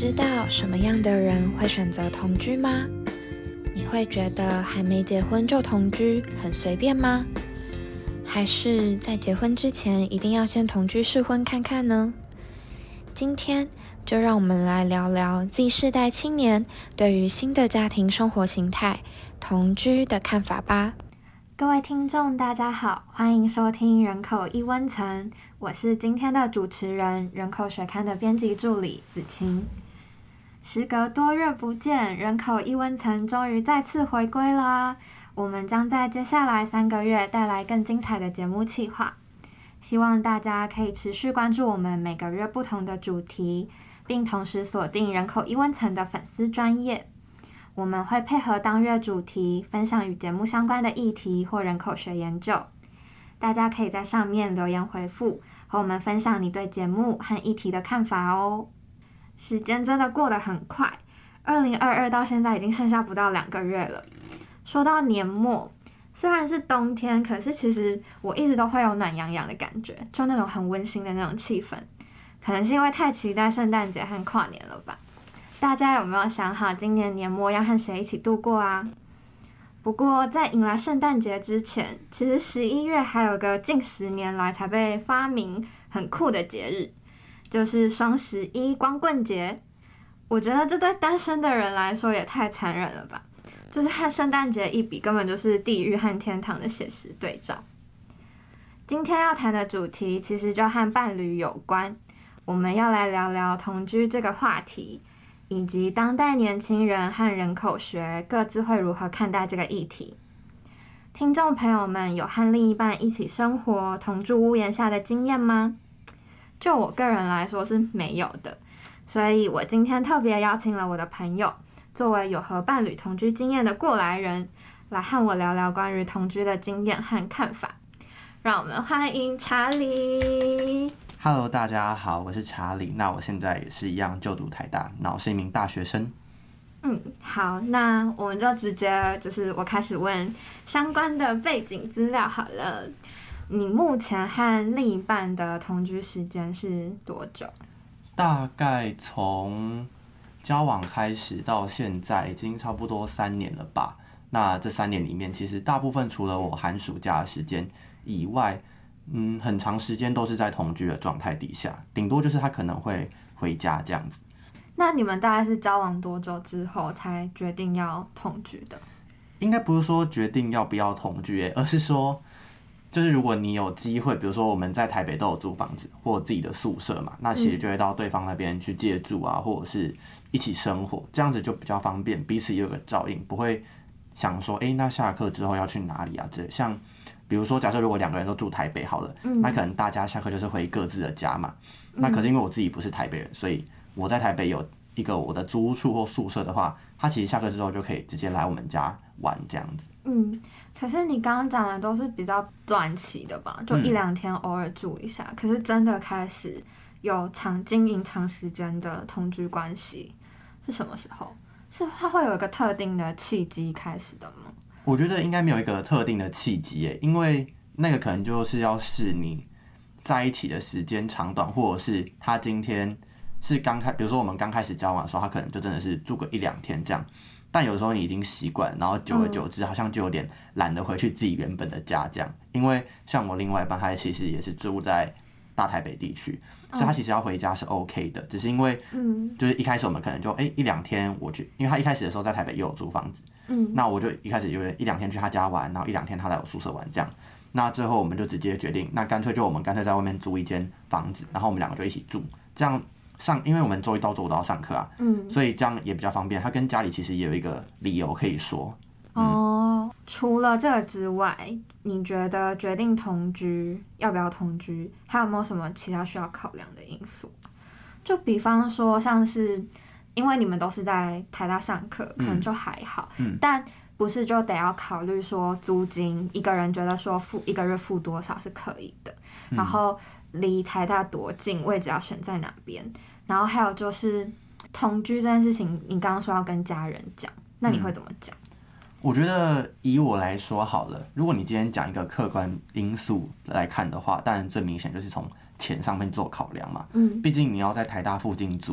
知道什么样的人会选择同居吗？你会觉得还没结婚就同居很随便吗？还是在结婚之前一定要先同居试婚看看呢？今天就让我们来聊聊 Z 世代青年对于新的家庭生活形态同居的看法吧。各位听众大家好，欢迎收听人口一温层，我是今天的主持人，人口学刊的编辑助理子清。时隔多月不见，人口一温层终于再次回归啦！我们将在接下来3个月带来更精彩的节目企划，希望大家可以持续关注我们每个月不同的主题，并同时锁定人口一温层的粉丝专页。我们会配合当月主题，分享与节目相关的议题或人口学研究。大家可以在上面留言回复，和我们分享你对节目和议题的看法哦。时间真的过得很快，2022到现在已经剩下不到2个月了。说到年末，虽然是冬天，可是其实我一直都会有暖洋洋的感觉，就那种很温馨的那种气氛。可能是因为太期待圣诞节和跨年了吧。大家有没有想好今年年末要和谁一起度过啊？不过在迎来圣诞节之前，其实11月还有个近10年来才被发明很酷的节日，就是双11光棍节。我觉得这对单身的人来说也太残忍了吧，就是和圣诞节一比，根本就是地狱和天堂的写实对照。今天要谈的主题其实就和伴侣有关，我们要来聊聊同居这个话题，以及当代年轻人和人口学各自会如何看待这个议题。听众朋友们有和另一半一起生活、同住屋檐下的经验吗？就我个人来说是没有的，所以我今天特别邀请了我的朋友，作为有和伴侣同居经验的过来人，来和我聊聊关于同居的经验和看法。让我们欢迎查理。 Hello， 大家好，我是查理。那我现在也是一样就读台大，那我是一名大学生。 好，那我们就直接就是我开始问相关的背景资料好了。你目前和另一半的同居时间是多久？ 大概从交往开始到现在，已经差不多3年了吧。那这3年里面，其实大部分除了我寒暑假的时间以外，很长时间都是在同居的状态底下，顶多就是他可能会回家这样子。 那你们大概是交往多久之后才决定要同居的？ 应该不是说决定要不要同居，而是说，就是如果你有机会，比如说我们在台北都有租房子或自己的宿舍嘛，那其实就会到对方那边去借住啊，或者是一起生活，这样子就比较方便，彼此也有个照应，不会想说，那下课之后要去哪里啊？像比如说，假设如果2个人都住台北好了，那可能大家下课就是回各自的家嘛。那可是因为我自己不是台北人，所以我在台北有一个我的租屋处或宿舍的话，他其实下课之后就可以直接来我们家玩这样子。 可是你刚刚讲的都是比较短期的吧，就1-2天偶尔住一下。可是真的开始有经营长时间的同居关系是什么时候？是它会有一个特定的契机开始的吗？ 我觉得应该没有一个特定的契机耶，因为那个可能就是要是你在一起的时间长短，或者是他今天是比如说我们刚开始交往的时候，他可能就真的是住个1-2天这样，但有时候你已经习惯，然后久而久之好像就有点懒得回去自己原本的家这样。因为像我另外一半，他其实也是住在大台北地区，所以他其实要回家是 OK 的，只是因为就是一开始我们可能就1-2天因为他一开始的时候在台北又有租房子，那我就一开始有1-2天去他家玩，然后1-2天他来我宿舍玩这样。那最后我们就直接决定，那我们干脆在外面租一间房子，然后我们2个就一起住，这样因为我们周一到周五都要上课啊，所以这样也比较方便。他跟家里其实也有一个理由可以说。 除了这个之外，你觉得决定同居要不要同居，还有没有什么其他需要考量的因素？就比方说，像是因为你们都是在台大上课，可能就还好，但不是就得要考虑说租金，一个人觉得说一个月付多少是可以的，然后离台大多近，位置要选在哪边，然后还有就是同居这件事情，你刚刚说要跟家人讲，那你会怎么讲？ 我觉得以我来说好了，如果你今天讲一个客观因素来看的话，当然最明显就是从钱上面做考量嘛。毕竟你要在台大附近租，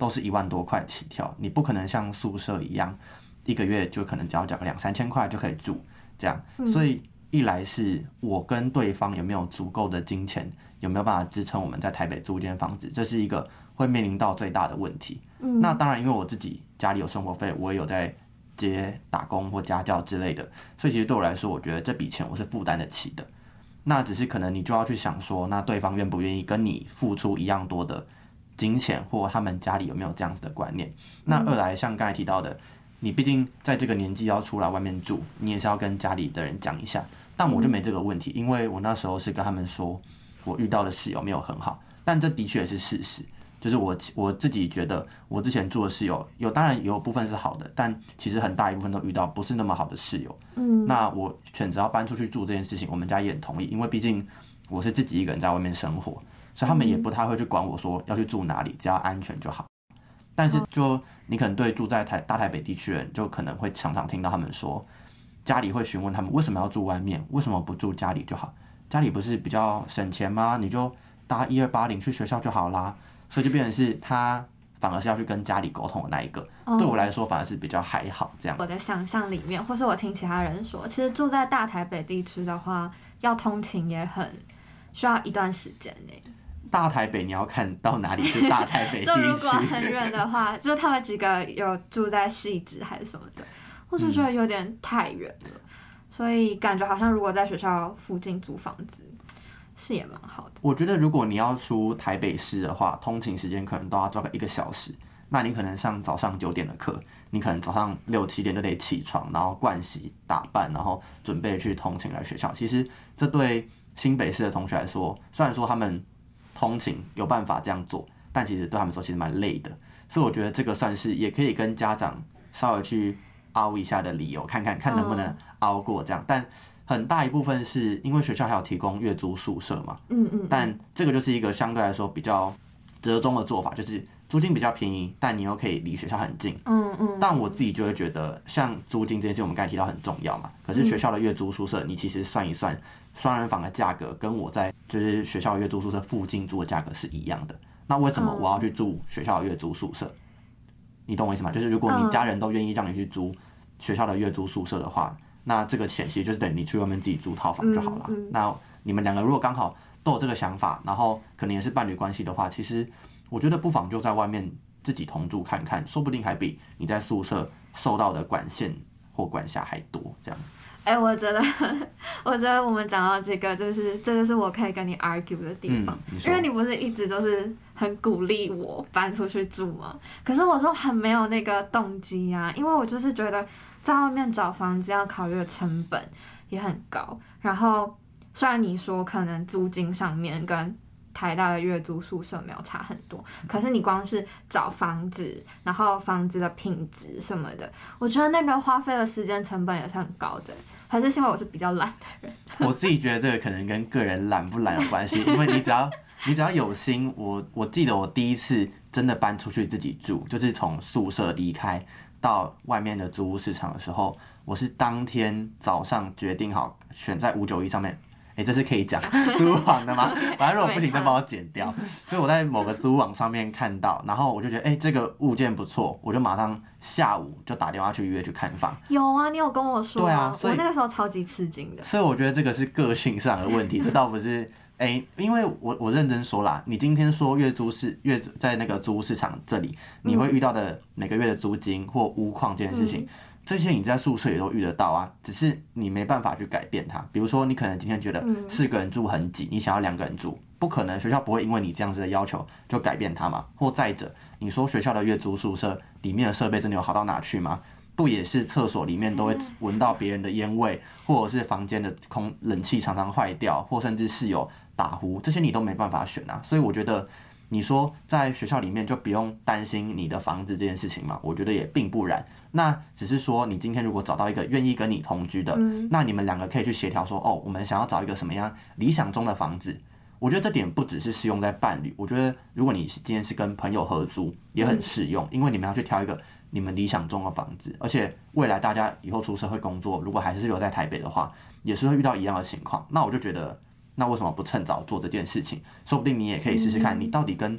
都是1万多块起跳，你不可能像宿舍一样1个月就可能只要缴个2-3千块就可以住这样，所以一来是我跟对方有没有足够的金钱，有没有办法支撑我们在台北租一间房子，这是一个会面临到最大的问题。那当然因为我自己家里有生活费，我也有在接打工或家教之类的，所以其实对我来说，我觉得这笔钱我是负担得起的。那只是可能你就要去想说，那对方愿不愿意跟你付出一样多的金钱，或他们家里有没有这样子的观念。那二来像刚才提到的，你毕竟在这个年纪要出来外面住，你也是要跟家里的人讲一下。但我就没这个问题，因为我那时候是跟他们说我遇到的室友没有很好，但这的确是事实。就是我自己觉得，我之前住的室友当然有部分是好的，但其实很大一部分都遇到不是那么好的室友。那我选择要搬出去住这件事情，我们家也很同意，因为毕竟我是自己一个人在外面生活，所以他们也不太会去管我说要去住哪里，只要安全就好。但是就你可能对住在大台北地区的人，就可能会常常听到他们说，家里会询问他们为什么要住外面，为什么不住家里就好？家里不是比较省钱吗？你就搭1280去学校就好啦。所以就变成是他反而是要去跟家里沟通的那一个，对我来说反而是比较还好这样。 我的想象里面，或是我听其他人说，其实住在大台北地区的话，要通勤也很需要一段时间耶。 大台北你要看到哪里是大台北地区？ 就如果很远的话，就是他们几个有住在汐止还是什么的，我就觉得有点太远了，所以感觉好像如果在学校附近租房子是也蛮好的。 我觉得如果你要出台北市的话，通勤时间可能都要抓个1个小时。那你可能上早上9点的课，你可能早上6-7点就得起床，然后盥洗打扮，然后准备去通勤来学校。其实这对新北市的同学来说，虽然说他们通勤有办法这样做，但其实对他们说其实蛮累的。所以我觉得这个算是也可以跟家长稍微去凹一下的理由，看能不能凹过这样。但很大一部分是因为学校还有提供月租宿舍嘛，但这个就是一个相对来说比较折中的做法，就是租金比较便宜，但你又可以离学校很近。但我自己就会觉得，像租金这件事，我们刚才提到很重要嘛。可是学校的月租宿舍，你其实算一算，双人房的价格跟我在就是学校的月租宿舍附近租的价格是一样的。那为什么我要去住学校的月租宿舍？你懂我意思吗？就是如果你家人都愿意让你去租学校的月租宿舍的话，那这个钱其实就是等于你去外面自己租套房就好了。那你们两个如果刚好都有这个想法，然后可能也是伴侣关系的话，其实我觉得不妨就在外面自己同住看看，说不定还比你在宿舍受到的管限或管辖还多。这样。 我觉得我们讲到这个，这就是我可以跟你 argue 的地方，因为你不是一直都是很鼓励我搬出去住吗？可是我说很没有那个动机啊，因为我就是觉得在外面找房子要考虑的成本也很高，然后虽然你说可能租金上面跟台大的月租宿舍没有差很多，可是你光是找房子，然后房子的品质什么的，我觉得那个花费的时间成本也是很高的。还是因为我是比较懒的人。 我自己觉得这个可能跟个人懒不懒有关系，因为你只要有心，我记得我第一次真的搬出去自己住，就是从宿舍离开到外面的租屋市场的时候，我是当天早上决定好选在591上面。这是可以讲租网的吗？反正如果不行再帮我剪掉。所以我在某个租网上面看到，然后我就觉得这个物件不错，我就马上下午就打电话去约去看房。 有啊，你有跟我说。 对啊， 我那个时候超级吃惊的。 所以我觉得这个是个性上的问题，这倒不是因为我认真说啦，你今天说月在那个租屋市场这里，你会遇到的每个月的租金或屋况这件事情。这些你在宿舍也都遇得到啊，只是你没办法去改变它。比如说，你可能今天觉得4个人住很挤，你想要2个人住，不可能，学校不会因为你这样子的要求就改变它嘛。或再者，你说学校的月租宿舍里面的设备真的有好到哪去吗？不也是厕所里面都会闻到别人的烟味，或者是房间的冷气常常坏掉，或甚至室友打呼，这些你都没办法选啊。所以我觉得。你说在学校里面就不用担心你的房子这件事情嘛？我觉得也并不然。那只是说，你今天如果找到一个愿意跟你同居的，那你们2个可以去协调说，我们想要找一个什么样理想中的房子。我觉得这点不只是适用在伴侣，我觉得如果你今天是跟朋友合租，也很适用，因为你们要去挑一个你们理想中的房子，而且未来大家以后出社会工作，如果还是留在台北的话，也是会遇到一样的情况。那我就觉得。那为什么不趁早做这件事情？说不定你也可以试试看，你到底跟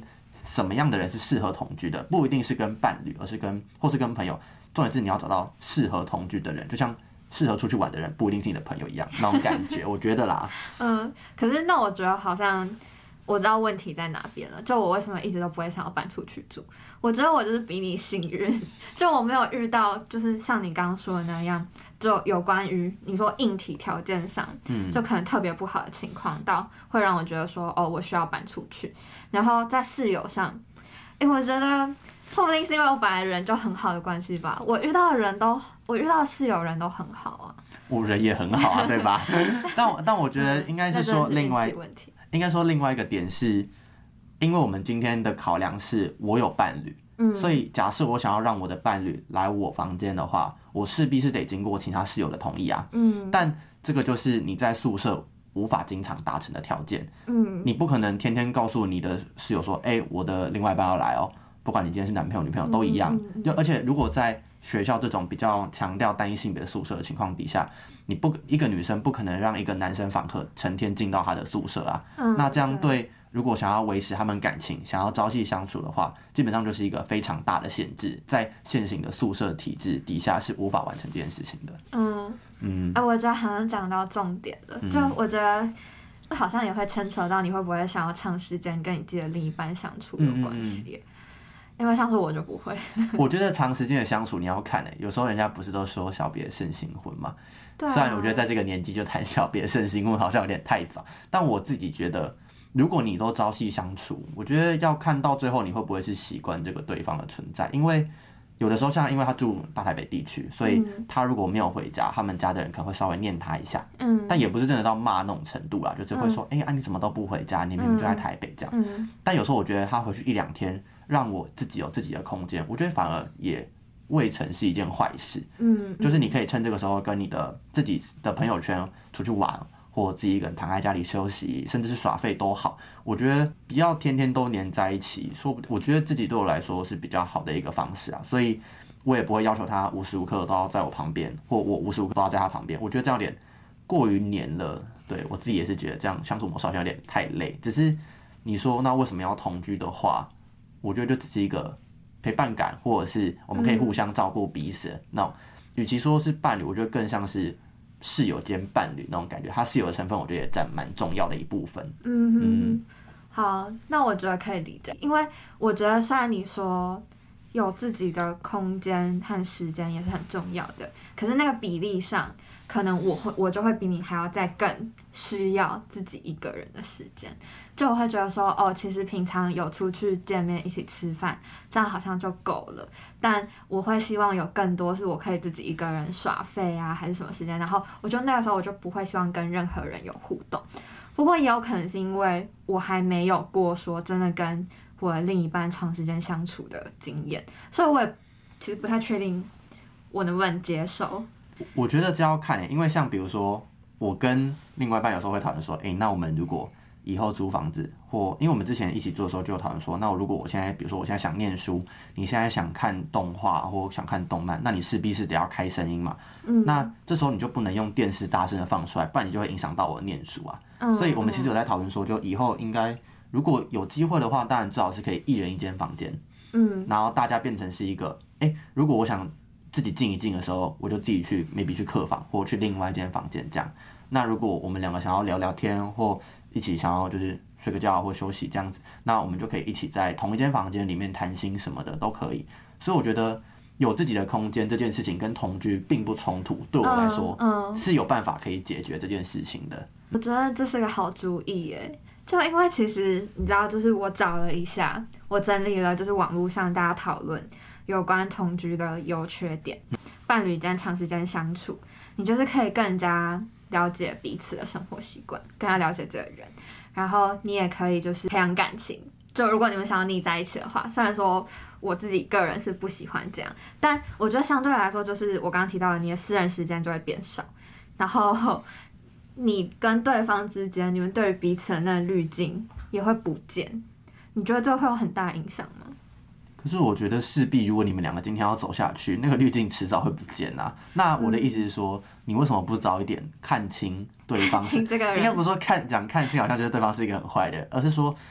什么样的人是适合同居的，不一定是跟伴侣，而是或是跟朋友。重点是你要找到适合同居的人，就像适合出去玩的人不一定是你的朋友一样，那种感觉，我觉得啦。 可是那我觉得好像我知道问题在哪边了，就我为什么一直都不会想要搬出去住？我觉得我就是比你幸运，就我没有遇到就是像你刚刚说的那样，就有关于你说硬体条件上，就可能特别不好的情况，到会让我觉得说我需要搬出去。然后在室友上，我觉得说不定是因为我本来人就很好的关系吧，我遇到的室友人都很好啊， 我人也很好啊，对吧？但我觉得应该是说另外一个点是，因为我们今天的考量是我有伴侣，所以假设我想要让我的伴侣来我房间的话，我势必是得经过其他室友的同意啊。但这个就是你在宿舍无法经常达成的条件。你不可能天天告诉你的室友说，我的另外一半要来哦。不管你今天是男朋友女朋友都一样，而且如果在学校这种比较强调单一性别的宿舍的情况底下，一个女生不可能让一个男生访客成天进到她的宿舍啊。那这样对，如果想要维持他们感情，想要朝夕相处的话，基本上就是一个非常大的限制，在现行的宿舍体制底下是无法完成这件事情的。 我觉得好像讲到重点了，就我觉得好像也会牵扯到你会不会想要长时间跟你自己的另一半相处有关系。因为像是我就不会。 我觉得长时间的相处你要看有时候人家不是都说小别胜新婚嘛？ 对啊。 虽然我觉得在这个年纪就谈小别胜新婚好像有点太早，但我自己觉得，如果你都朝夕相处，我觉得要看到最后你会不会是习惯这个对方的存在。因为有的时候因为他住大台北地区，所以他如果没有回家，他们家的人可能会稍微念他一下，但也不是真的到骂那种程度啦，就是会说，你怎么都不回家？你明明就在台北这样。但有时候我觉得他回去1-2天，让我自己有自己的空间，我觉得反而也未曾是一件坏事。就是你可以趁这个时候跟你的自己的朋友圈出去玩，或自己一个人躺在家里休息，甚至是耍废都好。我觉得不要天天都黏在一起，我觉得自己对我来说是比较好的一个方式啊。所以我也不会要求他无时无刻都要在我旁边，或我无时无刻都要在他旁边。我觉得这样有点过于黏了。对，我自己也是觉得这样相处模式好像有点太累。只是你说那为什么要同居的话，我觉得就只是一个陪伴感，或者是我们可以互相照顾彼此的那种。与其说是伴侣，我觉得更像是室友兼伴侣那种感觉。他室友的成分，我觉得也占蛮重要的一部分。 好，那我觉得可以理解，因为我觉得虽然你说有自己的空间和时间也是很重要的，可是那个比例上，可能我就会比你还要再更需要自己一个人的时间。就我会觉得说，其实平常有出去见面一起吃饭，这样好像就够了。但我会希望有更多是我可以自己一个人耍废啊，还是什么时间。然后我觉得那个时候我就不会希望跟任何人有互动。不过也有可能是因为我还没有过说真的跟我的另一半长时间相处的经验，所以我也其实不太确定我能不能接受。 我觉得这要看因为像比如说我跟另外一半有时候会讨论说，那我们如果以后租房子，或因为我们之前一起住的时候就有讨论说，那如果我现在比如说我现在想念书，你现在想看动画或想看动漫，那你势必是得要开声音嘛。那这时候你就不能用电视大声的放出来，不然你就会影响到我的念书啊。所以我们其实有在讨论说，就以后应该如果有机会的话，当然最好是可以一人一间房间。然后大家变成是一个，如果我想自己静一静的时候，我就自己去 maybe 去客房或去另外一间房间这样。那如果我们两个想要聊聊天或一起想要就是睡个觉或休息这样子，那我们就可以一起在同一间房间里面谈心什么的都可以。所以我觉得有自己的空间这件事情跟同居并不冲突，对我来说是有办法可以解决这件事情的。 我觉得这是个好主意耶，就因为其实你知道，就是我找了一下，我整理了就是网络上大家讨论有关同居的优缺点，伴侣间长时间相处，你就是可以更加了解彼此的生活习惯，更加了解这个人，然后你也可以就是培养感情。就如果你们想要腻在一起的话，虽然说我自己个人是不喜欢这样，但我觉得相对来说，就是我刚刚提到的，你的私人时间就会变少，然后你跟对方之间，你们对于彼此的那个滤镜也会不见。你觉得这会有很大影响吗？ 可是我觉得势必如果你们两个今天要走下去，那个滤镜迟早会不见啊。那我的意思是说，你为什么不早一点看清对方？ 看清这个人， 应该不是说看清好像就是对方是一个很坏的人，而是说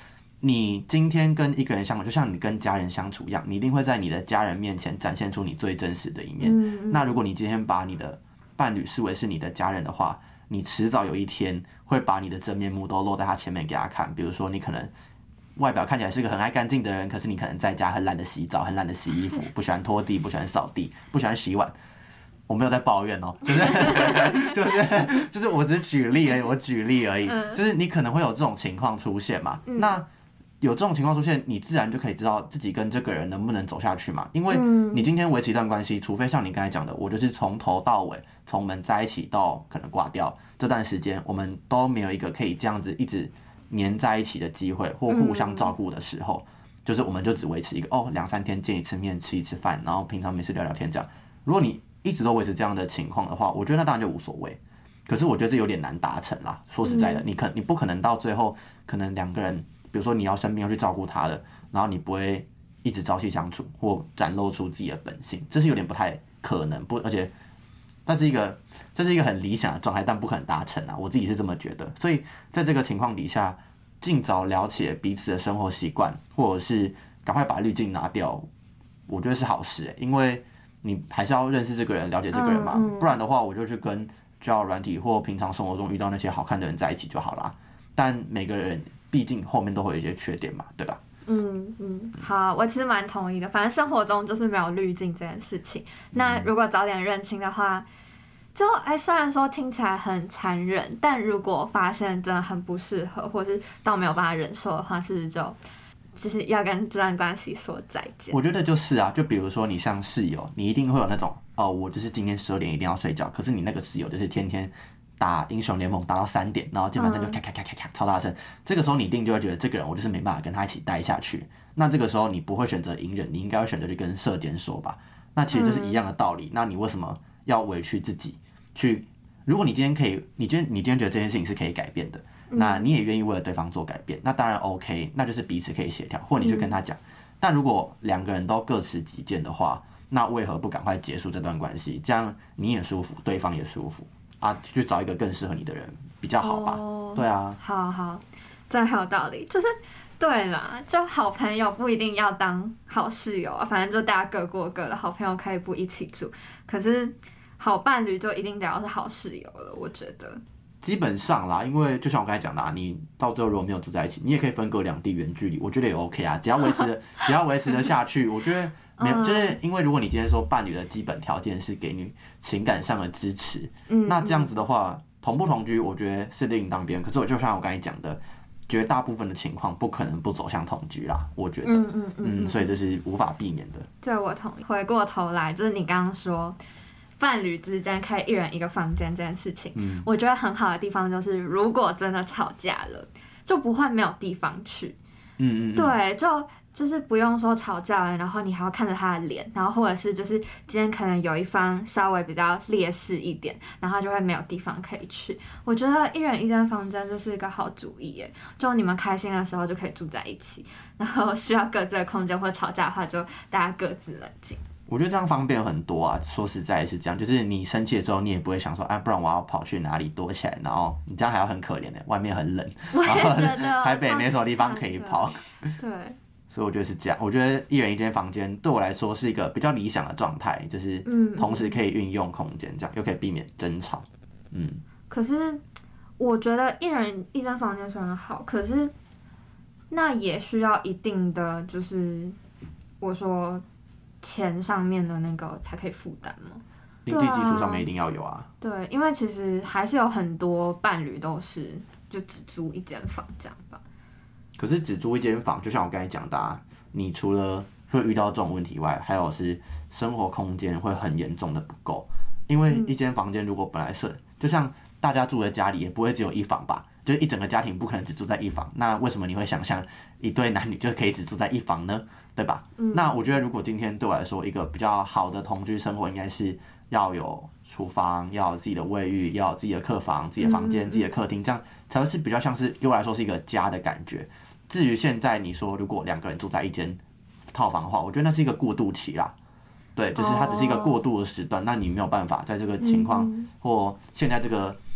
你今天跟一个人相处，就像你跟家人相处一样，你一定会在你的家人面前展现出你最真实的一面。那如果你今天把你的伴侣视为是你的家人的话，你迟早有一天会把你的真面目都露在他前面给他看。比如说，你可能外表看起来是个很爱干净的人，可是你可能在家很懒得洗澡，很懒得洗衣服，不喜欢拖地，不喜欢扫地，不喜欢洗碗。我没有在抱怨哦，就是我只是举例而已，我举例而已。就是你可能会有这种情况出现嘛，那有这种情况出现，你自然就可以知道自己跟这个人能不能走下去嘛。因为你今天维持一段关系，除非像你刚才讲的，我就是从头到尾，从我们在一起到可能挂掉这段时间，我们都没有一个可以这样子一直黏在一起的机会，或互相照顾的时候，就是我们就只维持一个2-3天见一次面，吃一次饭，然后平常没事聊聊天这样。如果你一直都维持这样的情况的话，我觉得那当然就无所谓。可是我觉得这有点难达成啦。说实在的，你不可能到最后，可能两个人，比如说你要生病要去照顾他的，然后你不会一直朝夕相处或展露出自己的本性，这是有点不太可能。而且这是一个很理想的状态，但不可能达成啊。我自己是这么觉得。所以在这个情况底下，尽早了解彼此的生活习惯，或者是赶快把滤镜拿掉，我觉得是好事因为你还是要认识这个人，了解这个人嘛，不然的话我就去跟交友软体或平常生活中遇到那些好看的人在一起就好啦。但每个人毕竟后面都会有一些缺点嘛，对吧？ 好，我其实蛮同意的。反正生活中就是没有滤镜这件事情。那如果早点认清的话，就虽然说听起来很残忍，但如果发现真的很不适合，或是到没有办法忍受的话，是不是就是要跟这段关系说再见？ 我觉得就是啊，就比如说你像室友，你一定会有那种我就是今天12点一定要睡觉，可是你那个室友就是天天打英雄联盟打到3点，然后键盘声就咔咔咔咔咔超大声，这个时候你一定就会觉得这个人我就是没办法跟他一起待下去。那这个时候你不会选择隐忍，你应该会选择去跟舍监说吧。那其实就是一样的道理。那你为什么要委屈自己去？如果你今天可以，你今天觉得这件事情是可以改变的，那你也愿意为了对方做改变，那当然 OK， 那就是彼此可以协调，或你去跟他讲。但如果两个人都各持己见的话，那为何不赶快结束这段关系？这样你也舒服，对方也舒服啊，去找一个更适合你的人比较好吧？对啊， 好，这很有道理，就是对啦，就好朋友不一定要当好室友啊，反正就大家各过各的，好朋友可以不一起住，可是好伴侣就一定得要是好室友了，我觉得。 基本上啦，因为就像我刚才讲的你到最后如果没有住在一起，你也可以分隔两地远距离，我觉得也 OK 啊，只要维持得下去，我觉得没有，就是因为如果你今天说伴侣的基本条件是给你情感上的支持，那这样子的话，同不同居，我觉得是另当别论。可是就像我刚才讲的，绝大部分的情况不可能不走向同居啦，我觉得，所以这是无法避免的。 这我同意。回过头来，就是你刚刚说伴侣之间可以一人一个房间这件事情，我觉得很好的地方就是，如果真的吵架了，就不会没有地方去。对，就是不用说吵架了，然后你还要看着他的脸，然后或者是就是今天可能有一方稍微比较劣势一点，然后就会没有地方可以去。我觉得一人一间房间这是一个好主意耶，就你们开心的时候就可以住在一起，然后需要各自的空间或者吵架的话，就大家各自冷静。 我觉得这样方便很多啊，说实在是这样，就是你生气了之后，你也不会想说，不然我要跑去哪里躲起来，然后你这样还要很可怜的，外面很冷， 我也觉得台北没什么地方可以跑。 对。 所以我觉得是这样，我觉得一人一间房间对我来说是一个比较理想的状态，就是同时可以运用空间，这样又可以避免争吵。 可是我觉得一人一间房间虽然好，可是那也需要一定的，就是我说钱上面的那个才可以负担吗？ 经济基础上面一定要有啊。 对，因为其实还是有很多伴侣都是就只租一间房这样吧。 可是只租一间房，就像我刚才讲的你除了会遇到这种问题外，还有是生活空间会很严重的不够。因为一间房间如果本来是就像大家住在家里，也不会只有一房吧？就是一整个家庭不可能只住在一房，那为什么你会想象一对男女就可以只住在一房呢？对吧？那我觉得如果今天对我来说，一个比较好的同居生活，应该是要有厨房，要有自己的卫浴，要有自己的客房、自己的房间、自己的客厅，这样才会是比较像是对我来说是一个家的感觉。至于现在你说如果两个人住在一间套房的话，我觉得那是一个过渡期啦。对，就是它只是一个过渡的时段，那你没有办法在这个情况或现在这个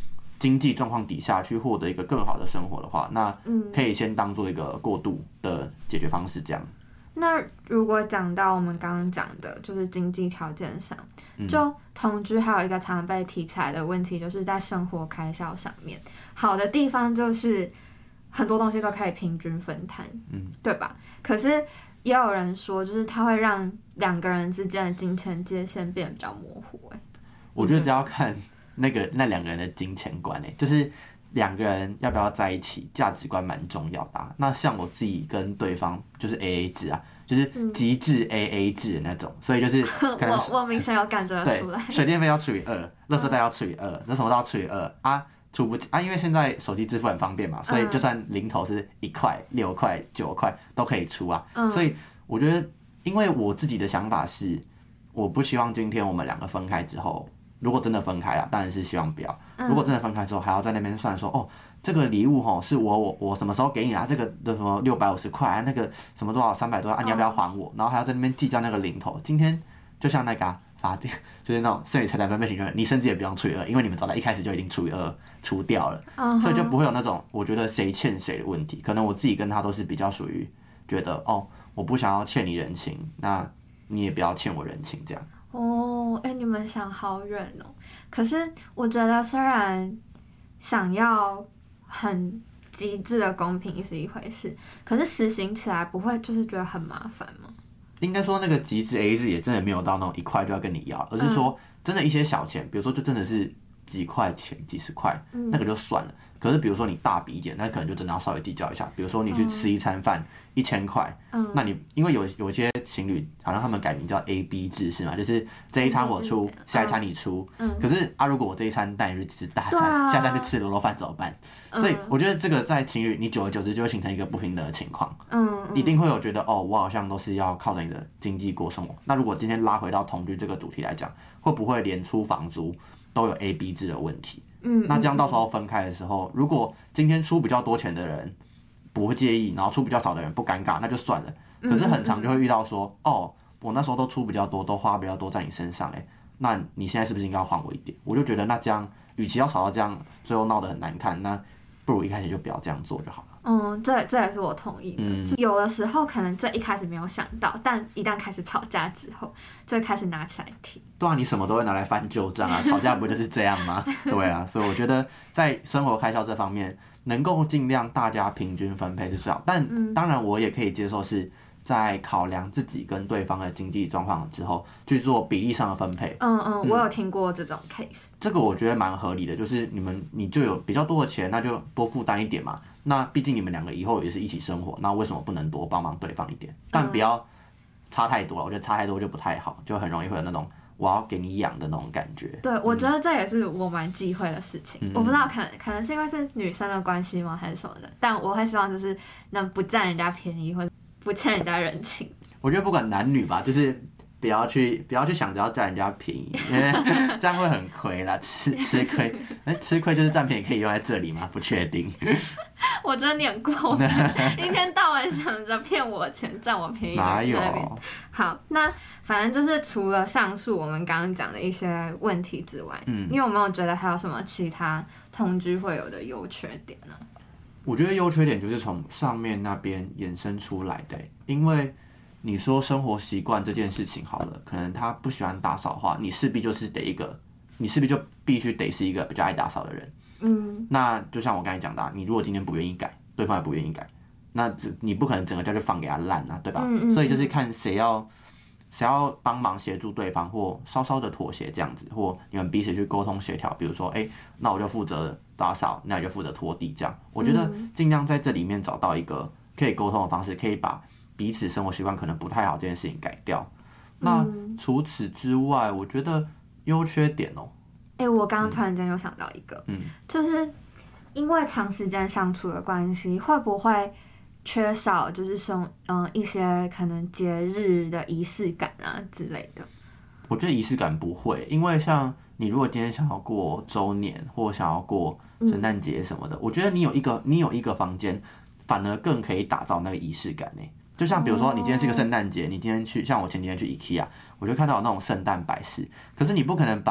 经济状况底下去获得一个更好的生活的话，那可以先当做一个过渡的解决方式这样。 那如果讲到我们刚刚讲的，就是经济条件上，就同居还有一个常被提起来的问题，就是在生活开销上面，好的地方就是很多东西都可以平均分摊，对吧？可是也有人说，就是它会让两个人之间的金钱界限变得比较模糊。 我觉得只要看那两个人的金钱观，就是两个人要不要在一起，价值观蛮重要的那像我自己跟对方就是 AA 制啊，就是极致 AA 制的那种，所以就是可能我明显有感觉出来， 水电费要除以2，垃圾袋要除以2，那什么都要除以2啊。除不啊，因为现在手机支付很方便嘛，所以就算零头是1块、6块、9块都可以出啊。所以我觉得，因为我自己的想法是，我不希望今天我们两个分开之后，如果真的分开了，当然是希望不要。如果真的分开之后，还要在那边算说，哦，这个礼物是我什么时候给你啊？这个的什么650块啊，那个什么多少300多啊，你要不要还我？然后还要在那边计较那个零头。今天就像那个法定就是那种剩余财产分配型，你甚至也不用除以2，因为你们早在一开始就已经除以2除掉了，所以就不会有那种我觉得谁欠谁的问题。可能我自己跟他都是比较属于觉得我不想要欠你人情，那你也不要欠我人情这样。 你们想好远哦。可是我觉得虽然想要很极致的公平是一回事，可是实行起来不会就是觉得很麻烦吗？ 应该说那个极致 AA 制也真的没有到那种1块就要跟你要，而是说真的一些小钱，比如说就真的是几块钱、几十块，那个就算了。可是比如说你大笔一点，那可能就真的要稍微计较一下。比如说你去吃一餐饭1000块，那你因为有些情侣好像他们改名叫 AB 制是吗？就是这一餐我出，下一餐你出。可是如果我这一餐带你去吃大餐，下一餐去吃卤肉饭怎么办？所以我觉得这个在情侣你久而久之就会形成一个不平等的情况。一定会有觉得我好像都是要靠着你的经济过生活。那如果今天拉回到同居这个主题来讲，会不会连出房租都有 AB 制的问题？那这样到时候分开的时候，如果今天出比较多钱的人不会介意，然后出比较少的人不尴尬，那就算了。可是很常就会遇到说，我那时候都出比较多，都花比较多在你身上，那你现在是不是应该要还我一点？我就觉得那这样，与其要吵到这样，最后闹得很难看，那不如一开始就不要这样做就好了。 这也是我同意的。有的时候可能最一开始没有想到，但一旦开始吵架之后，就会开始拿起来提。对啊，你什么都会拿来翻旧账啊，吵架不就是这样吗？对啊，所以我觉得在生活开销这方面，能够尽量大家平均分配是最好。但当然，我也可以接受是在考量自己跟对方的经济状况之后，去做比例上的分配。 我有听过这种 case。 这个我觉得蛮合理的，就是你就有比较多的钱，那就多负担一点嘛。那毕竟你们两个以后也是一起生活，那为什么不能多帮忙对方一点？但不要差太多了，我觉得差太多就不太好，就很容易会有那种我要给你养的那种感觉。 对，我觉得这也是我蛮忌讳的事情。我不知道可能是因为是女生的关系吗，还是什么的？但我会希望就是能不占人家便宜，或者不欠人家人情。 我觉得不管男女吧，就是不要去想着要占人家便宜，因为这样会很亏啦，吃亏。吃亏就是占便宜可以用在这里吗？不确定。 我觉得你很过分，一天到晚想着骗我钱占我便宜。 哪有？ 好，那反正就是除了上述我们刚刚讲的一些问题之外，你有没有觉得还有什么其他同居会有的优缺点呢？ 我觉得优缺点就是从上面那边衍生出来的，因为你说生活习惯这件事情好了，可能他不喜欢打扫的话，你势必就必须得是一个比较爱打扫的人。那就像我刚才讲的，你如果今天不愿意改，对方也不愿意改，那你不可能整个家就放给他烂啊，对吧？所以就是看谁要帮忙协助对方，或稍稍的妥协这样子，或你们彼此去沟通协调。比如说，那我就负责打扫，那你就负责拖地，这样。我觉得尽量在这里面找到一个可以沟通的方式，可以把彼此生活习惯可能不太好这件事情改掉。那除此之外，我觉得优缺点我刚刚突然间又想到一个，就是因为长时间相处的关系，会不会缺少就是一些可能节日的仪式感啊之类的？ 我觉得仪式感不会，因为像你如果今天想要过周年或想要过圣诞节什么的，我觉得你有一个房间，反而更可以打造那个仪式感。就像比如说你今天是个圣诞节，你今天像我前几天去 IKEA， 我就看到有那种圣诞摆饰，可是你不可能把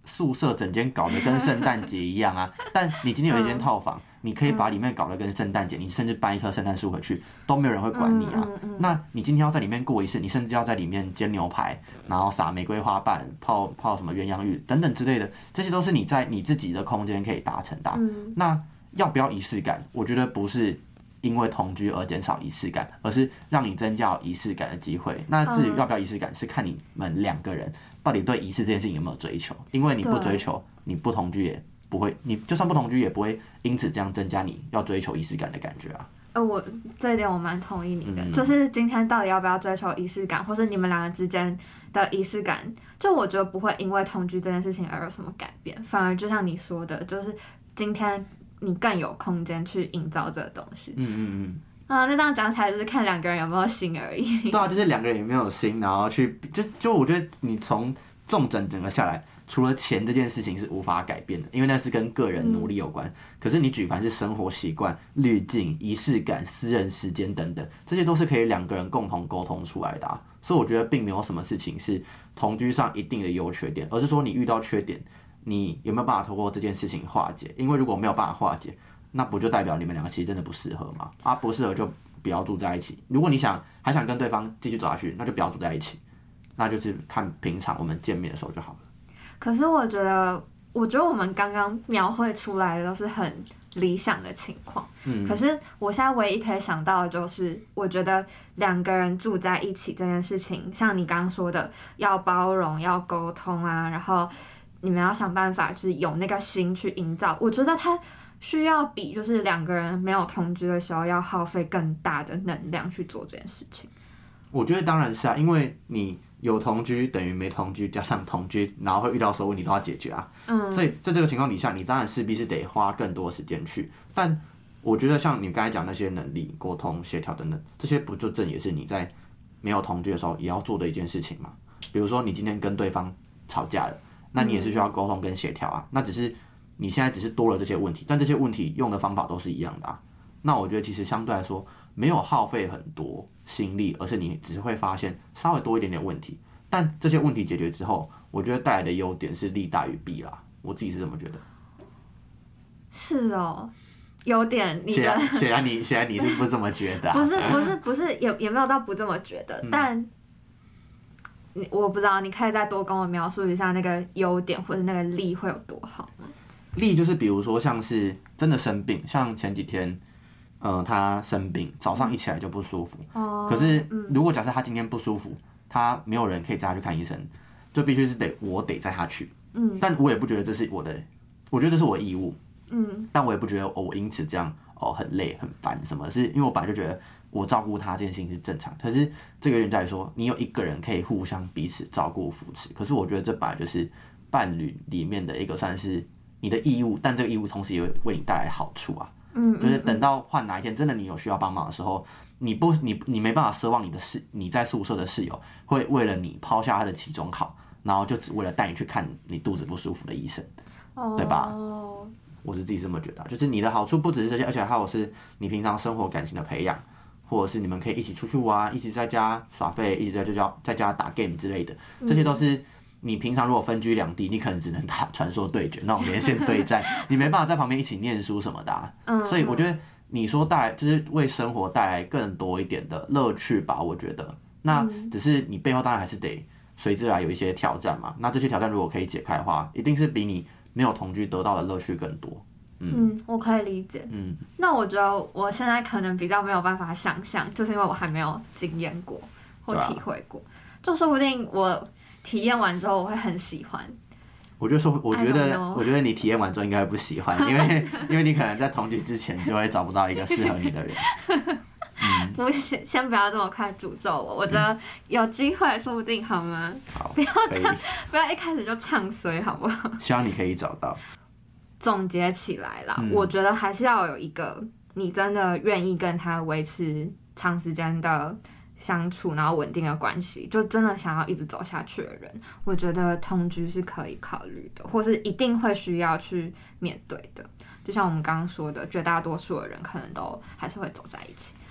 宿舍整间搞得跟圣诞节一样啊。但你今天有一间套房，你可以把里面搞得跟圣诞节，你甚至搬一棵圣诞树回去，都没有人会管你啊。那你今天要在里面过仪式，你甚至要在里面煎牛排，然后撒玫瑰花瓣，泡什么鸳鸯浴等等之类的，这些都是你在你自己的空间可以达成的。那要不要仪式感？我觉得不是因为同居而减少仪式感，而是让你增加仪式感的机会。那至于要不要仪式感，是看你们2个人到底对仪式这件事情有没有追求。因为你不追求，你不同居也不会，你就算不同居也不会因此这样增加你要追求仪式感的感觉啊。 我这一点我蛮同意你的，就是今天到底要不要追求仪式感，或是你们2个之间的仪式感，就我觉得不会因为同居这件事情而有什么改变，反而就像你说的，就是今天你更有空间去营造这个东西。那这样讲起来就是看2个人有没有心而已。 对啊，就是2个人有没有心，然后去就我觉得你从重整个下来，除了钱这件事情是无法改变的，因为那是跟个人努力有关。可是你举凡是生活习惯、滤镜、仪式感、私人时间等等，这些都是可以2个人共同沟通出来的。所以我觉得并没有什么事情是同居上一定的优缺点，而是说你遇到缺点，你有没有办法透过这件事情化解？因为如果没有办法化解，那不就代表你们2个其实真的不适合吗？不适合就不要住在一起。如果你还想跟对方继续走下去，那就不要住在一起，那就是看平常我们见面的时候就好了。 可是我觉得我们刚刚描绘出来的都是很理想的情况。可是我现在唯一可以想到的就是，我觉得2个人住在一起这件事情，像你刚刚说的，要包容、要沟通啊，然后你们要想办法，就是有那个心去营造。我觉得它需要比就是2个人没有同居的时候要耗费更大的能量去做这件事情。 我觉得当然是啊，因为你有同居等于没同居，加上同居，然后会遇到所有问题都要解决啊。所以在这个情况底下，你当然势必是得花更多时间去。但我觉得像你刚才讲那些能力、沟通、协调等等，这些不就正也是你在没有同居的时候也要做的一件事情吗？比如说你今天跟对方吵架了，那你也是需要沟通跟协调啊。那只是你现在只是多了这些问题，但这些问题用的方法都是一样的啊。那我觉得其实相对来说没有耗费很多心力，而是你只是会发现稍微多一点点问题，但这些问题解决之后，我觉得带来的优点是利大于弊啦。我自己是这么觉得。是哦，优点你觉得？ 显然你是不这么觉得啊？ 不是，也没有到不这么觉得，但我不知道，你可以再多跟我描述一下那个优点或者那个利会有多好吗？ 利就是比如说像是真的生病，像前几天。他生病，早上一起来就不舒服。可是如果假设他今天不舒服，他没有人可以带他去看医生，就必须是我得载他去。但我也不觉得这是我觉得这是我的义务。但我也不觉得我因此这样很累很烦什么，是因为我本来就觉得我照顾他这件事情是正常。可是这个有点在于说，你有一个人可以互相彼此照顾扶持。可是我觉得这本来就是伴侣里面的一个算是你的义务，但这个义务同时也会为你带来好处啊。就是等到换哪一天真的你有需要帮忙的时候，你没办法奢望你在宿舍的室友会为了你抛下他的期中考，然后就只为了带你去看你肚子不舒服的医生，对吧？我是自己这么觉得，就是你的好处不只是这些，而且还有是你平常生活感情的培养，或者是你们可以一起出去玩，一起在家耍废，一起在家打 game 之类的，这些都是。你平常如果分居2地，你可能只能打传说对决那种连线对战，你没办法在旁边一起念书什么的啊。所以我觉得你说就是为生活带来更多一点的乐趣吧，我觉得。那只是你背后当然还是得随之来有一些挑战嘛。那这些挑战如果可以解开的话，一定是比你没有同居得到的乐趣更多。 我可以理解。那我觉得我现在可能比较没有办法想象，就是因为我还没有经验过或体会过，就说不定我。体验完之后我会很喜欢。我觉得你体验完之后应该会不喜欢，因为你可能在同居之前就会找不到一个适合你的人。 不是，先不要这么快诅咒我。我觉得有机会，说不定好吗？ 好， 不要这样，不要一开始就唱衰，好不好？ 希望你可以找到。 总结起来啦，我觉得还是要有一个你真的愿意跟他维持长时间的。相处，然后稳定的关系，就真的想要一直走下去的人，我觉得同居是可以考虑的，或是一定会需要去面对的。就像我们刚刚说的，绝大多数的人可能都还是会走在一起。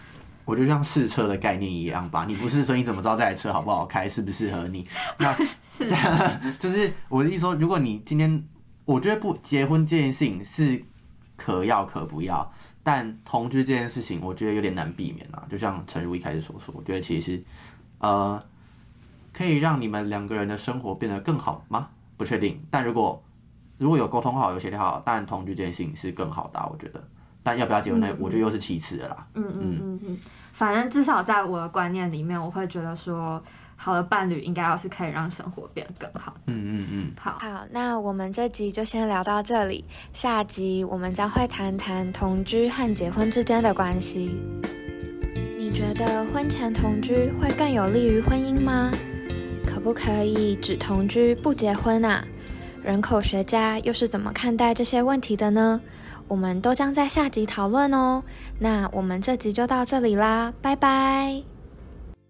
我觉得像试车的概念一样吧，你不试车你怎么知道这台车好不好开，适不适合你？那就是我的意思说，如果你今天，我觉得不结婚这件事情是可要可不要，但同居这件事情我觉得有点难避免啦。就像陈如一开始所说，我觉得其实是可以让你们两个人的生活变得更好吗？不确定，但如果有沟通好有协调好，当然同居这件事情是更好的我觉得。但要不要结婚呢？我觉得又是其次的啦。 反正至少在我的观念里面，我会觉得说，好的伴侣应该要是可以让生活变得更好。 好，那我们这集就先聊到这里，下集我们将会谈谈同居和结婚之间的关系。你觉得婚前同居会更有利于婚姻吗？可不可以只同居不结婚啊？人口学家又是怎么看待这些问题的呢？我们都将在下集讨论哦。那我们这集就到这里啦，拜拜。